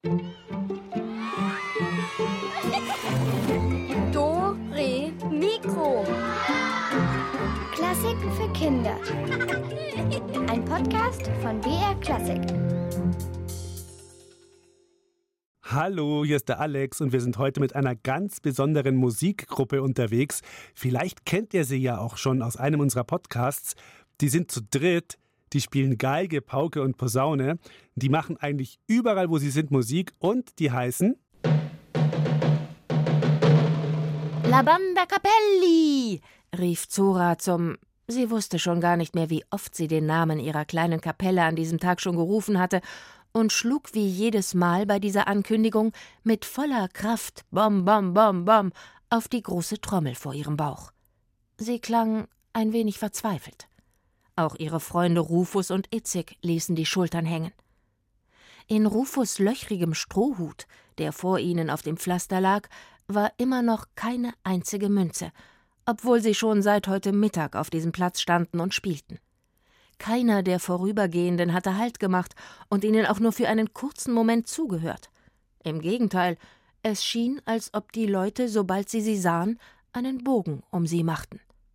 Do, Re, Mikro. Klassiken für Kinder. Ein Podcast von BR Klassik. Hallo, hier ist der Alex und wir sind heute mit einer ganz besonderen Musikgruppe unterwegs. Vielleicht kennt ihr sie ja auch schon aus einem unserer Podcasts. Die sind zu dritt, die spielen Geige, Pauke und Posaune. Die machen eigentlich überall, wo sie sind, Musik und die heißen La Banda Capelli, rief Zora Sie wusste schon gar nicht mehr, wie oft sie den Namen ihrer kleinen Kapelle an diesem Tag schon gerufen hatte und schlug wie jedes Mal bei dieser Ankündigung mit voller Kraft Bom, Bom, Bom, Bom auf die große Trommel vor ihrem Bauch. Sie klang ein wenig verzweifelt. Auch ihre Freunde Rufus und Itzig ließen die Schultern hängen. In Rufus' löchrigem Strohhut, der vor ihnen auf dem Pflaster lag, war immer noch keine einzige Münze, obwohl sie schon seit heute Mittag auf diesem Platz standen und spielten. Keiner der Vorübergehenden hatte Halt gemacht und ihnen auch nur für einen kurzen Moment zugehört. Im Gegenteil, es schien, als ob die Leute, sobald sie sahen, einen Bogen um sie machten.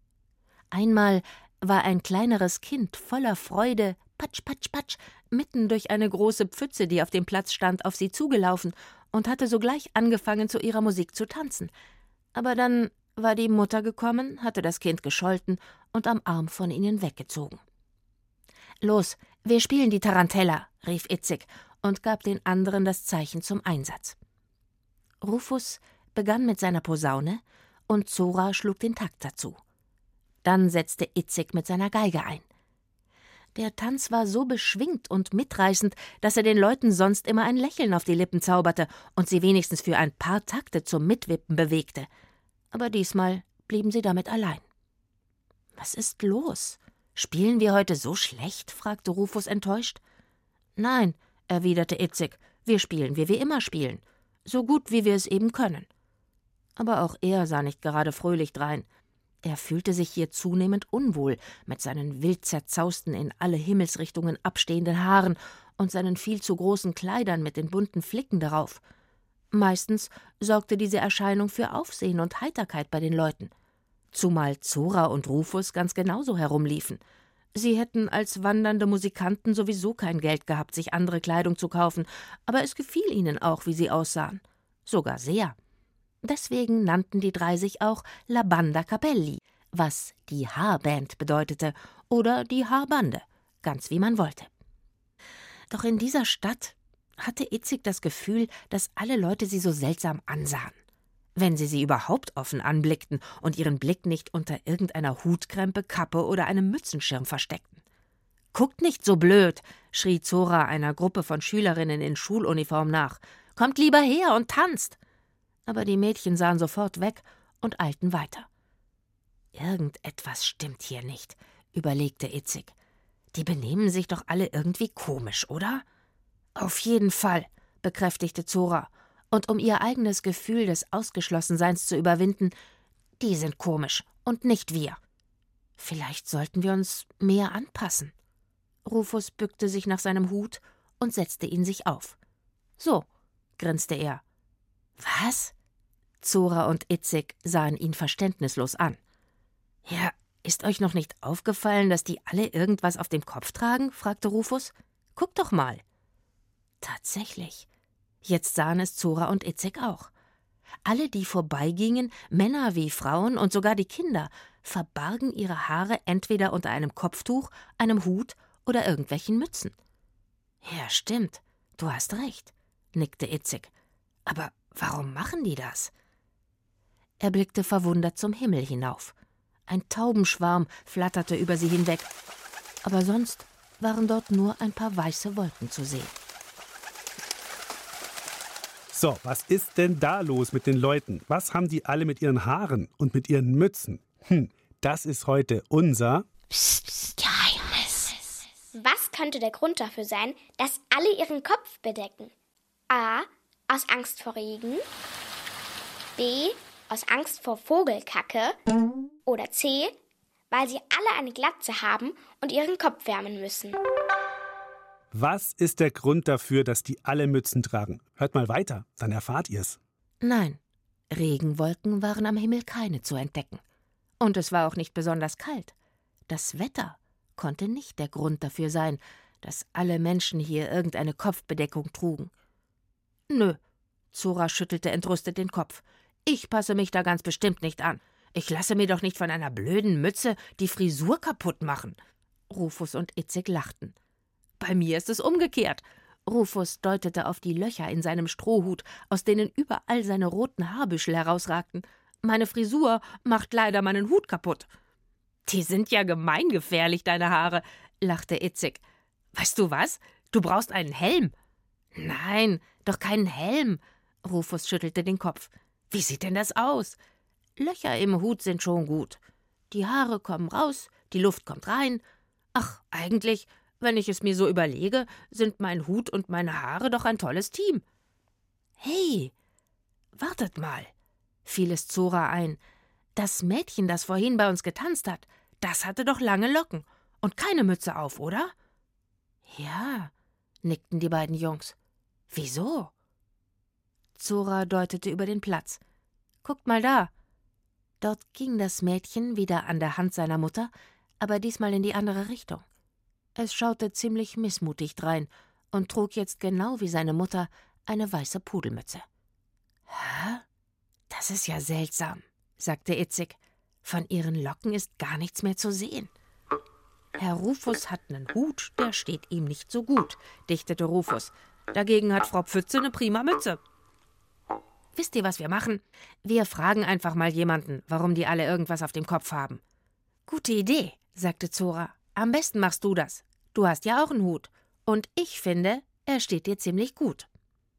Einmal war ein kleineres Kind voller Freude, patsch, patsch, patsch, mitten durch eine große Pfütze, die auf dem Platz stand, auf sie zugelaufen und hatte sogleich angefangen, zu ihrer Musik zu tanzen. Aber dann war die Mutter gekommen, hatte das Kind gescholten und am Arm von ihnen weggezogen. »Los, wir spielen die Tarantella«, rief Itzig und gab den anderen das Zeichen zum Einsatz. Rufus begann mit seiner Posaune und Zora schlug den Takt dazu. Dann setzte Itzig mit seiner Geige ein. Der Tanz war so beschwingt und mitreißend, dass er den Leuten sonst immer ein Lächeln auf die Lippen zauberte und sie wenigstens für ein paar Takte zum Mitwippen bewegte. Aber diesmal blieben sie damit allein. »Was ist los? Spielen wir heute so schlecht?« fragte Rufus enttäuscht. »Nein«, erwiderte Itzig, »wir spielen, wie wir immer spielen. So gut, wie wir es eben können.« Aber auch er sah nicht gerade fröhlich drein. Er fühlte sich hier zunehmend unwohl mit seinen wild zerzausten, in alle Himmelsrichtungen abstehenden Haaren und seinen viel zu großen Kleidern mit den bunten Flicken darauf. Meistens sorgte diese Erscheinung für Aufsehen und Heiterkeit bei den Leuten. Zumal Zora und Rufus ganz genauso herumliefen. Sie hätten als wandernde Musikanten sowieso kein Geld gehabt, sich andere Kleidung zu kaufen, aber es gefiel ihnen auch, wie sie aussahen. Sogar sehr. Deswegen nannten die drei sich auch La Banda Capelli, was die Haarband bedeutete, oder die Haarbande, ganz wie man wollte. Doch in dieser Stadt hatte Itzig das Gefühl, dass alle Leute sie so seltsam ansahen. Wenn sie überhaupt offen anblickten und ihren Blick nicht unter irgendeiner Hutkrempe, Kappe oder einem Mützenschirm versteckten. »Guckt nicht so blöd«, schrie Zora einer Gruppe von Schülerinnen in Schuluniform nach. »Kommt lieber her und tanzt!« Aber die Mädchen sahen sofort weg und eilten weiter. »Irgendetwas stimmt hier nicht«, überlegte Itzig. »Die benehmen sich doch alle irgendwie komisch, oder?« »Auf jeden Fall«, bekräftigte Zora. Und um ihr eigenes Gefühl des Ausgeschlossenseins zu überwinden, die sind komisch und nicht wir. Vielleicht sollten wir uns mehr anpassen. Rufus bückte sich nach seinem Hut und setzte ihn sich auf. »So«, grinste er. »Was?« Zora und Itzig sahen ihn verständnislos an. »Ja, ist euch noch nicht aufgefallen, dass die alle irgendwas auf dem Kopf tragen?« fragte Rufus. »Guck doch mal.« Tatsächlich. Jetzt sahen es Zora und Itzig auch. Alle, die vorbeigingen, Männer wie Frauen und sogar die Kinder, verbargen ihre Haare entweder unter einem Kopftuch, einem Hut oder irgendwelchen Mützen. »Ja, stimmt, du hast recht«, nickte Itzig. »Aber warum machen die das?« Er blickte verwundert zum Himmel hinauf. Ein Taubenschwarm flatterte über sie hinweg, aber sonst waren dort nur ein paar weiße Wolken zu sehen. So, was ist denn da los mit den Leuten? Was haben die alle mit ihren Haaren und mit ihren Mützen? Das ist heute unser Geheimnis. Was könnte der Grund dafür sein, dass alle ihren Kopf bedecken? A. Aus Angst vor Regen. B. Aus Angst vor Vogelkacke. Oder C. Weil sie alle eine Glatze haben und ihren Kopf wärmen müssen. Was ist der Grund dafür, dass die alle Mützen tragen? Hört mal weiter, dann erfahrt ihr's. Nein, Regenwolken waren am Himmel keine zu entdecken. Und es war auch nicht besonders kalt. Das Wetter konnte nicht der Grund dafür sein, dass alle Menschen hier irgendeine Kopfbedeckung trugen. Nö, Zora schüttelte entrüstet den Kopf. Ich passe mich da ganz bestimmt nicht an. Ich lasse mir doch nicht von einer blöden Mütze die Frisur kaputt machen. Rufus und Itzig lachten. Bei mir ist es umgekehrt. Rufus deutete auf die Löcher in seinem Strohhut, aus denen überall seine roten Haarbüschel herausragten. Meine Frisur macht leider meinen Hut kaputt. Die sind ja gemeingefährlich, deine Haare, lachte Itzig. Weißt du was? Du brauchst einen Helm. Nein, doch keinen Helm. Rufus schüttelte den Kopf. Wie sieht denn das aus? Löcher im Hut sind schon gut. Die Haare kommen raus, die Luft kommt rein. Ach, eigentlich, wenn ich es mir so überlege, sind mein Hut und meine Haare doch ein tolles Team. Hey, wartet mal, fiel es Zora ein. Das Mädchen, das vorhin bei uns getanzt hat, das hatte doch lange Locken und keine Mütze auf, oder? Ja, nickten die beiden Jungs. Wieso? Zora deutete über den Platz. Guckt mal da. Dort ging das Mädchen wieder an der Hand seiner Mutter, aber diesmal in die andere Richtung. Es schaute ziemlich missmutig drein und trug jetzt genau wie seine Mutter eine weiße Pudelmütze. »Hä? Das ist ja seltsam«, sagte Itzig. »Von ihren Locken ist gar nichts mehr zu sehen.« »Herr Rufus hat nen Hut, der steht ihm nicht so gut«, dichtete Rufus. »Dagegen hat Frau Pfütze ne prima Mütze.« »Wisst ihr, was wir machen? Wir fragen einfach mal jemanden, warum die alle irgendwas auf dem Kopf haben.« »Gute Idee«, sagte Zora. »Am besten machst du das. Du hast ja auch einen Hut. Und ich finde, er steht dir ziemlich gut.«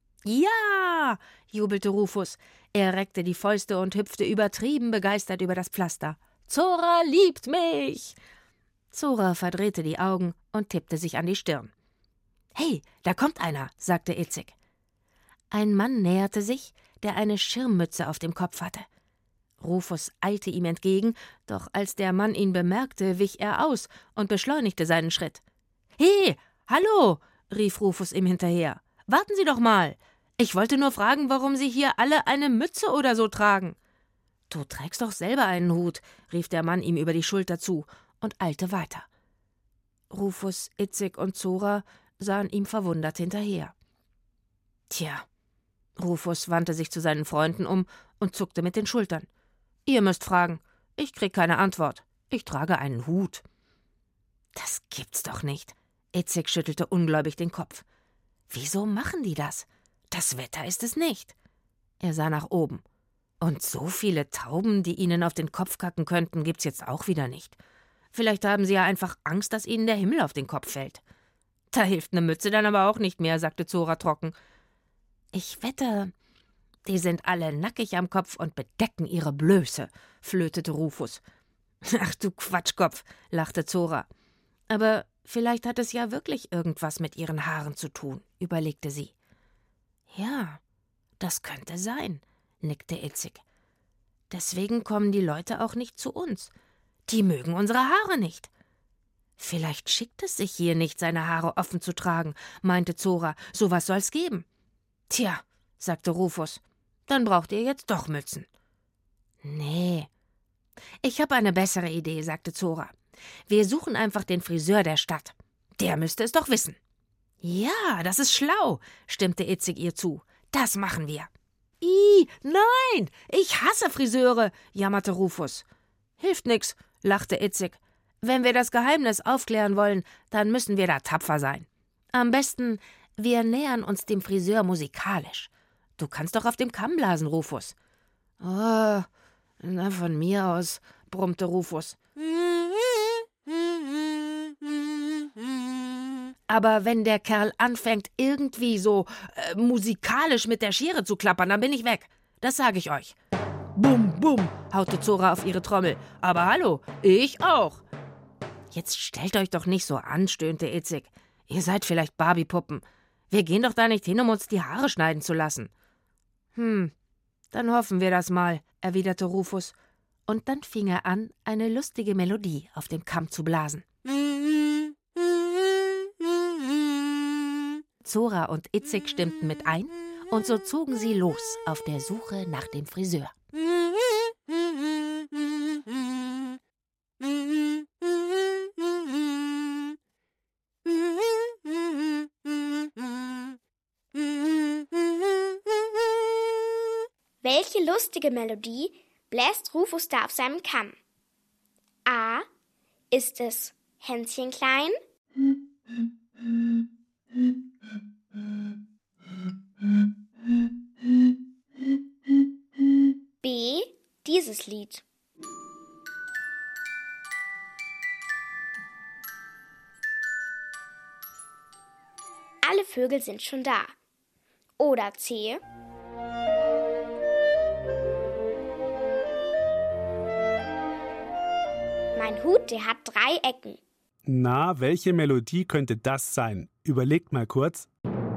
»Ja«, jubelte Rufus. Er reckte die Fäuste und hüpfte übertrieben begeistert über das Pflaster. »Zora liebt mich!« Zora verdrehte die Augen und tippte sich an die Stirn. »Hey, da kommt einer«, sagte Itzig. Ein Mann näherte sich, der eine Schirmmütze auf dem Kopf hatte. Rufus eilte ihm entgegen, doch als der Mann ihn bemerkte, wich er aus und beschleunigte seinen Schritt. »He, hallo«, rief Rufus ihm hinterher. »Warten Sie doch mal. Ich wollte nur fragen, warum Sie hier alle eine Mütze oder so tragen.« »Du trägst doch selber einen Hut«, rief der Mann ihm über die Schulter zu und eilte weiter. Rufus, Itzig und Zora sahen ihm verwundert hinterher. »Tja«, Rufus wandte sich zu seinen Freunden um und zuckte mit den Schultern. »Ihr müsst fragen. Ich krieg keine Antwort. Ich trage einen Hut.« »Das gibt's doch nicht.« Itzig schüttelte ungläubig den Kopf. »Wieso machen die das? Das Wetter ist es nicht.« Er sah nach oben. »Und so viele Tauben, die ihnen auf den Kopf kacken könnten, gibt's jetzt auch wieder nicht. Vielleicht haben sie ja einfach Angst, dass ihnen der Himmel auf den Kopf fällt.« »Da hilft ne Mütze dann aber auch nicht mehr«, sagte Zora trocken. »Ich wette, die sind alle nackig am Kopf und bedecken ihre Blöße«, flötete Rufus. »Ach du Quatschkopf«, lachte Zora. »Aber vielleicht hat es ja wirklich irgendwas mit ihren Haaren zu tun«, überlegte sie. »Ja, das könnte sein«, nickte Itzig. »Deswegen kommen die Leute auch nicht zu uns. Die mögen unsere Haare nicht.« »Vielleicht schickt es sich hier nicht, seine Haare offen zu tragen«, meinte Zora. »Sowas soll's geben.« »Tja«, sagte Rufus, »dann braucht ihr jetzt doch Mützen.« »Nee.« »Ich habe eine bessere Idee«, sagte Zora. »Wir suchen einfach den Friseur der Stadt. Der müsste es doch wissen.« »Ja, das ist schlau«, stimmte Itzig ihr zu. »Das machen wir.« »Ih, nein, ich hasse Friseure«, jammerte Rufus. »Hilft nix«, lachte Itzig. »Wenn wir das Geheimnis aufklären wollen, dann müssen wir da tapfer sein. Am besten, wir nähern uns dem Friseur musikalisch. Du kannst doch auf dem Kamm blasen, Rufus.« »Oh, na von mir aus«, brummte Rufus. »Aber wenn der Kerl anfängt, irgendwie so musikalisch mit der Schere zu klappern, dann bin ich weg. Das sage ich euch.« »Bum, bum«, haute Zora auf ihre Trommel. »Aber hallo, ich auch.« »Jetzt stellt euch doch nicht so an«, stöhnte Itzig. »Ihr seid vielleicht Barbiepuppen. Wir gehen doch da nicht hin, um uns die Haare schneiden zu lassen.« Dann hoffen wir das mal«, erwiderte Rufus. Und dann fing er an, eine lustige Melodie auf dem Kamm zu blasen. Zora und Itzig stimmten mit ein und so zogen sie los auf der Suche nach dem Friseur. Welche lustige Melodie bläst Rufus da auf seinem Kamm? A. Ist es Hänschen klein? B. Dieses Lied. Alle Vögel sind schon da. Oder C. Mein Hut, der hat 3 Ecken. Na, welche Melodie könnte das sein? Überlegt mal kurz.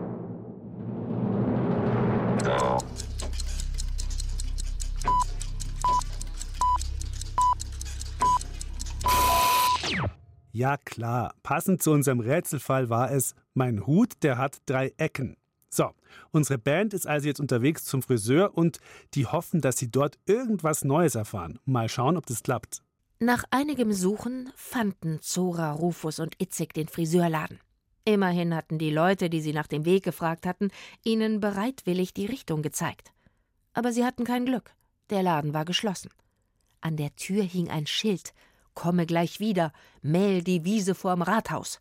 Ja klar, passend zu unserem Rätselfall war es, mein Hut, der hat 3 Ecken. So, unsere Band ist also jetzt unterwegs zum Friseur und die hoffen, dass sie dort irgendwas Neues erfahren. Mal schauen, ob das klappt. Nach einigem Suchen fanden Zora, Rufus und Itzig den Friseurladen. Immerhin hatten die Leute, die sie nach dem Weg gefragt hatten, ihnen bereitwillig die Richtung gezeigt. Aber sie hatten kein Glück. Der Laden war geschlossen. An der Tür hing ein Schild: »Komme gleich wieder, mähl die Wiese vorm Rathaus.«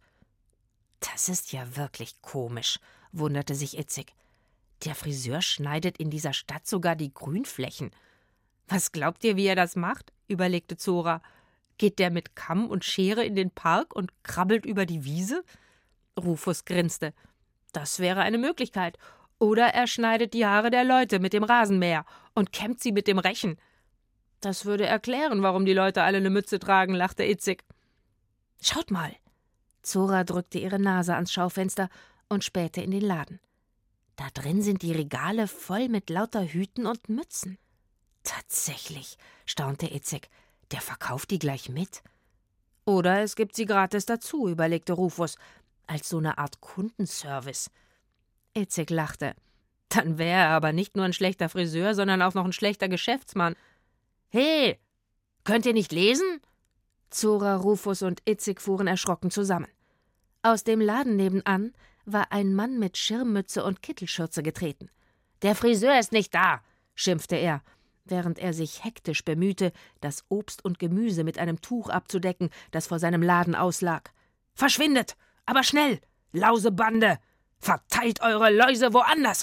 »Das ist ja wirklich komisch«, wunderte sich Itzig. »Der Friseur schneidet in dieser Stadt sogar die Grünflächen. Was glaubt ihr, wie er das macht?« überlegte Zora. »Geht der mit Kamm und Schere in den Park und krabbelt über die Wiese?« Rufus grinste. »Das wäre eine Möglichkeit. Oder er schneidet die Haare der Leute mit dem Rasenmäher und kämmt sie mit dem Rechen.« »Das würde erklären, warum die Leute alle eine Mütze tragen«, lachte Itzig. »Schaut mal!« Zora drückte ihre Nase ans Schaufenster und spähte in den Laden. Da drin sind die Regale voll mit lauter Hüten und Mützen. »Tatsächlich«, staunte Itzig, »der verkauft die gleich mit.« »Oder es gibt sie gratis dazu«, überlegte Rufus, »als so eine Art Kundenservice.« Itzig lachte. »Dann wäre er aber nicht nur ein schlechter Friseur, sondern auch noch ein schlechter Geschäftsmann.« »Hey, könnt ihr nicht lesen?« Zora, Rufus und Itzig fuhren erschrocken zusammen. Aus dem Laden nebenan war ein Mann mit Schirmmütze und Kittelschürze getreten. »Der Friseur ist nicht da«, schimpfte er, während er sich hektisch bemühte, das Obst und Gemüse mit einem Tuch abzudecken, das vor seinem Laden auslag. »Verschwindet, aber schnell, Lausebande! Verteilt eure Läuse woanders!«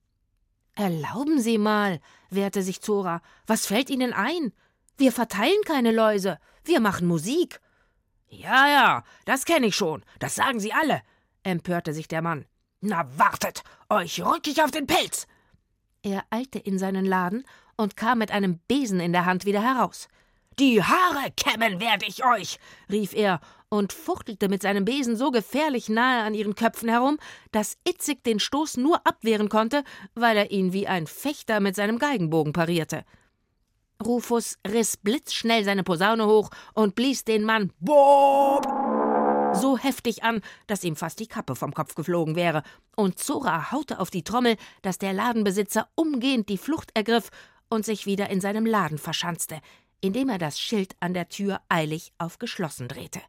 »Erlauben Sie mal«, wehrte sich Zora, »was fällt Ihnen ein? Wir verteilen keine Läuse, wir machen Musik.« »Ja, das kenne ich schon, das sagen Sie alle«, empörte sich der Mann. »Na wartet, euch rück ich auf den Pelz!« Er eilte in seinen Laden und kam mit einem Besen in der Hand wieder heraus. »Die Haare kämmen werde ich euch«, rief er und fuchtelte mit seinem Besen so gefährlich nahe an ihren Köpfen herum, dass Itzig den Stoß nur abwehren konnte, weil er ihn wie ein Fechter mit seinem Geigenbogen parierte. Rufus riss blitzschnell seine Posaune hoch und blies den Mann Bob so heftig an, dass ihm fast die Kappe vom Kopf geflogen wäre, und Zora haute auf die Trommel, dass der Ladenbesitzer umgehend die Flucht ergriff und sich wieder in seinem Laden verschanzte, indem er das Schild an der Tür eilig auf geschlossen drehte.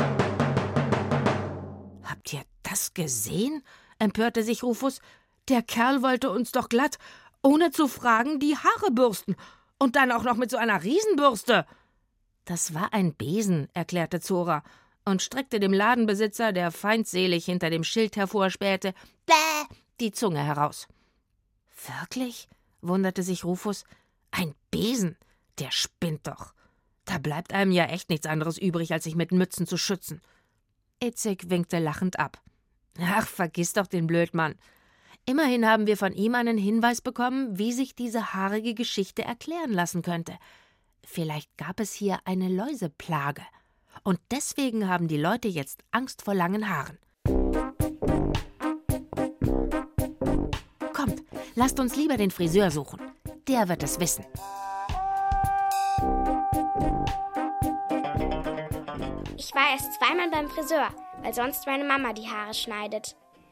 »Habt ihr das gesehen?« empörte sich Rufus. »Der Kerl wollte uns doch glatt, ohne zu fragen, die Haare bürsten. Und dann auch noch mit so einer Riesenbürste.« »Das war ein Besen«, erklärte Zora und streckte dem Ladenbesitzer, der feindselig hinter dem Schild hervorspähte, die Zunge heraus. »Wirklich?« wunderte sich Rufus. »Ein Besen? Der spinnt doch. Da bleibt einem ja echt nichts anderes übrig, als sich mit Mützen zu schützen.« Itzig winkte lachend ab. »Ach, vergiss doch den Blödmann. Immerhin haben wir von ihm einen Hinweis bekommen, wie sich diese haarige Geschichte erklären lassen könnte. Vielleicht gab es hier eine Läuseplage. Und deswegen haben die Leute jetzt Angst vor langen Haaren. Kommt, lasst uns lieber den Friseur suchen. Der wird es wissen.« Ich war erst 2-mal beim Friseur, weil sonst meine Mama die Haare schneidet.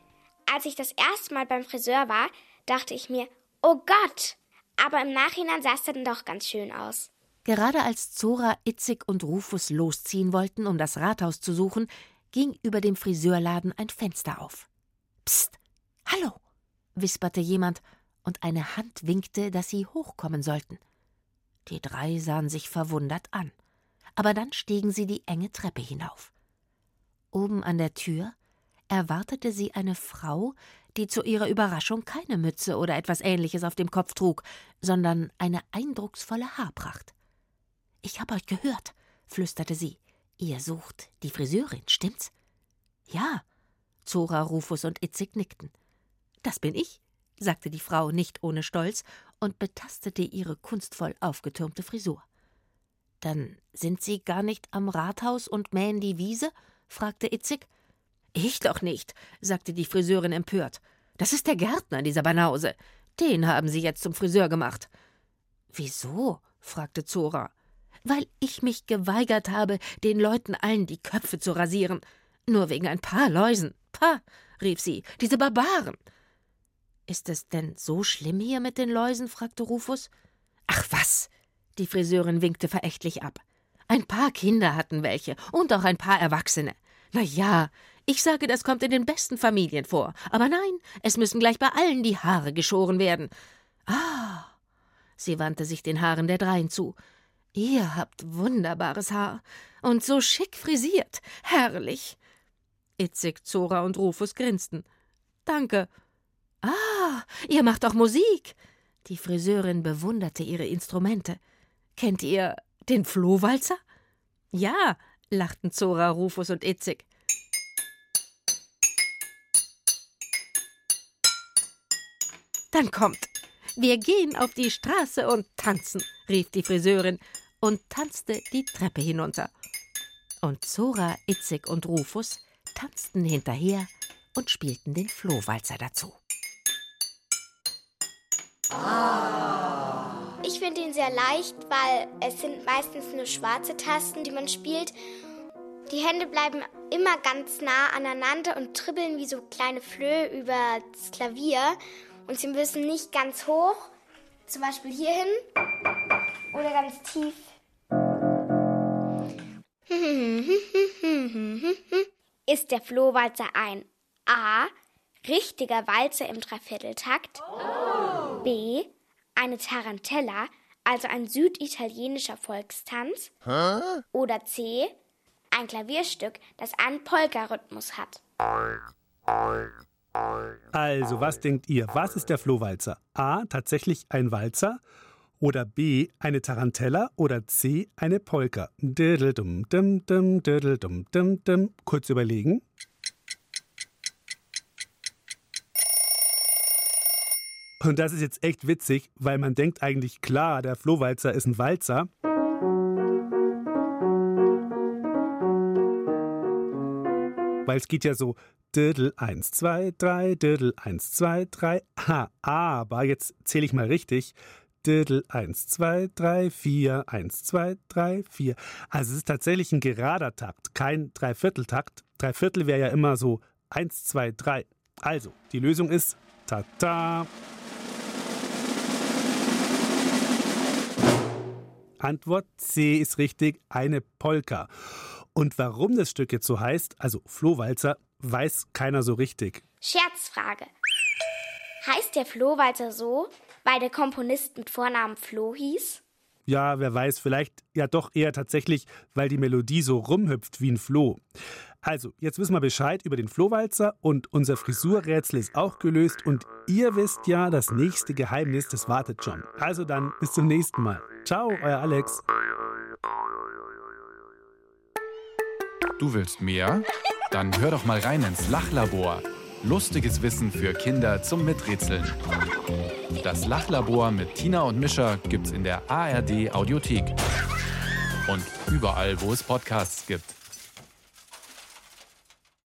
als ich das erste Mal beim Friseur war, dachte ich mir, oh Gott, aber im Nachhinein sah es dann doch ganz schön aus. Gerade als Zora, Itzig und Rufus losziehen wollten, um das Rathaus zu suchen, ging über dem Friseurladen ein Fenster auf. »Psst, hallo«, wisperte jemand, und eine Hand winkte, dass sie hochkommen sollten. Die 3 sahen sich verwundert an, aber dann stiegen sie die enge Treppe hinauf. Oben an der Tür erwartete sie eine Frau, die zu ihrer Überraschung keine Mütze oder etwas Ähnliches auf dem Kopf trug, sondern eine eindrucksvolle Haarpracht. »Ich habe euch gehört«, flüsterte sie. »Ihr sucht die Friseurin, stimmt's?« »Ja«, Zora, Rufus und Itzig nickten. »Das bin ich«, sagte die Frau nicht ohne Stolz und betastete ihre kunstvoll aufgetürmte Frisur. »Dann sind Sie gar nicht am Rathaus und mähen die Wiese?« fragte Itzig. »Ich doch nicht«, sagte die Friseurin empört. »Das ist der Gärtner, dieser Banause. Den haben Sie jetzt zum Friseur gemacht.« »Wieso?« fragte Zora. »Weil ich mich geweigert habe, den Leuten allen die Köpfe zu rasieren. Nur wegen ein paar Läusen. Pah«, rief sie, »diese Barbaren.« »Ist es denn so schlimm hier mit den Läusen?« fragte Rufus. »Ach was«, die Friseurin winkte verächtlich ab. »Ein paar Kinder hatten welche und auch ein paar Erwachsene. Na ja, ich sage, das kommt in den besten Familien vor. Aber nein, es müssen gleich bei allen die Haare geschoren werden.« »Ah«, sie wandte sich den Haaren der 3 zu, »ihr habt wunderbares Haar und so schick frisiert. Herrlich.« Itzig, Zora und Rufus grinsten. »Danke.« »Ah, ihr macht auch Musik.« Die Friseurin bewunderte ihre Instrumente. »Kennt ihr den Flohwalzer?« »Ja«, lachten Zora, Rufus und Itzig. »Dann kommt, wir gehen auf die Straße und tanzen«, rief die Friseurin und tanzte die Treppe hinunter. Und Zora, Itzig und Rufus tanzten hinterher und spielten den Flohwalzer dazu. Ich finde ihn sehr leicht, weil es sind meistens nur schwarze Tasten, die man spielt. Die Hände bleiben immer ganz nah aneinander und tribbeln wie so kleine Flöhe über das Klavier. Und sie müssen nicht ganz hoch, zum Beispiel hierhin oder ganz tief. Ist der Flohwalzer ein A. richtiger Walzer im Dreivierteltakt, B. eine Tarantella, also ein süditalienischer Volkstanz, oder C. ein Klavierstück, das einen Polka-Rhythmus hat? Also, was denkt ihr? Was ist der Flohwalzer? A. tatsächlich ein Walzer? Oder B. eine Tarantella? Oder C. eine Polka? Kurz überlegen. Und das ist jetzt echt witzig, weil man denkt eigentlich, klar, der Flohwalzer ist ein Walzer. Weil es geht ja so Diddle 1, 2, 3, Diddle 1, 2, 3. Aber jetzt zähle ich mal richtig. Diddle 1, 2, 3, 4, 1, 2, 3, 4. Also es ist tatsächlich ein gerader Takt, kein Dreivierteltakt. Dreiviertel wäre ja immer so 1, 2, 3. Also, die Lösung ist ta-ta. Antwort C ist richtig, eine Polka. Und warum das Stück jetzt so heißt, also Flohwalzer, weiß keiner so richtig. Scherzfrage. Heißt der Flohwalzer so, weil der Komponist mit Vornamen Floh hieß? Ja, wer weiß, vielleicht ja doch eher tatsächlich, weil die Melodie so rumhüpft wie ein Floh. Also, jetzt wissen wir Bescheid über den Flohwalzer und unser Frisurrätsel ist auch gelöst und ihr wisst ja, das nächste Geheimnis, das wartet schon. Also dann, bis zum nächsten Mal. Ciao, euer Alex. Du willst mehr? Dann hör doch mal rein ins Lachlabor. Lustiges Wissen für Kinder zum Miträtseln. Das Lachlabor mit Tina und Mischa gibt's in der ARD Audiothek. Und überall, wo es Podcasts gibt.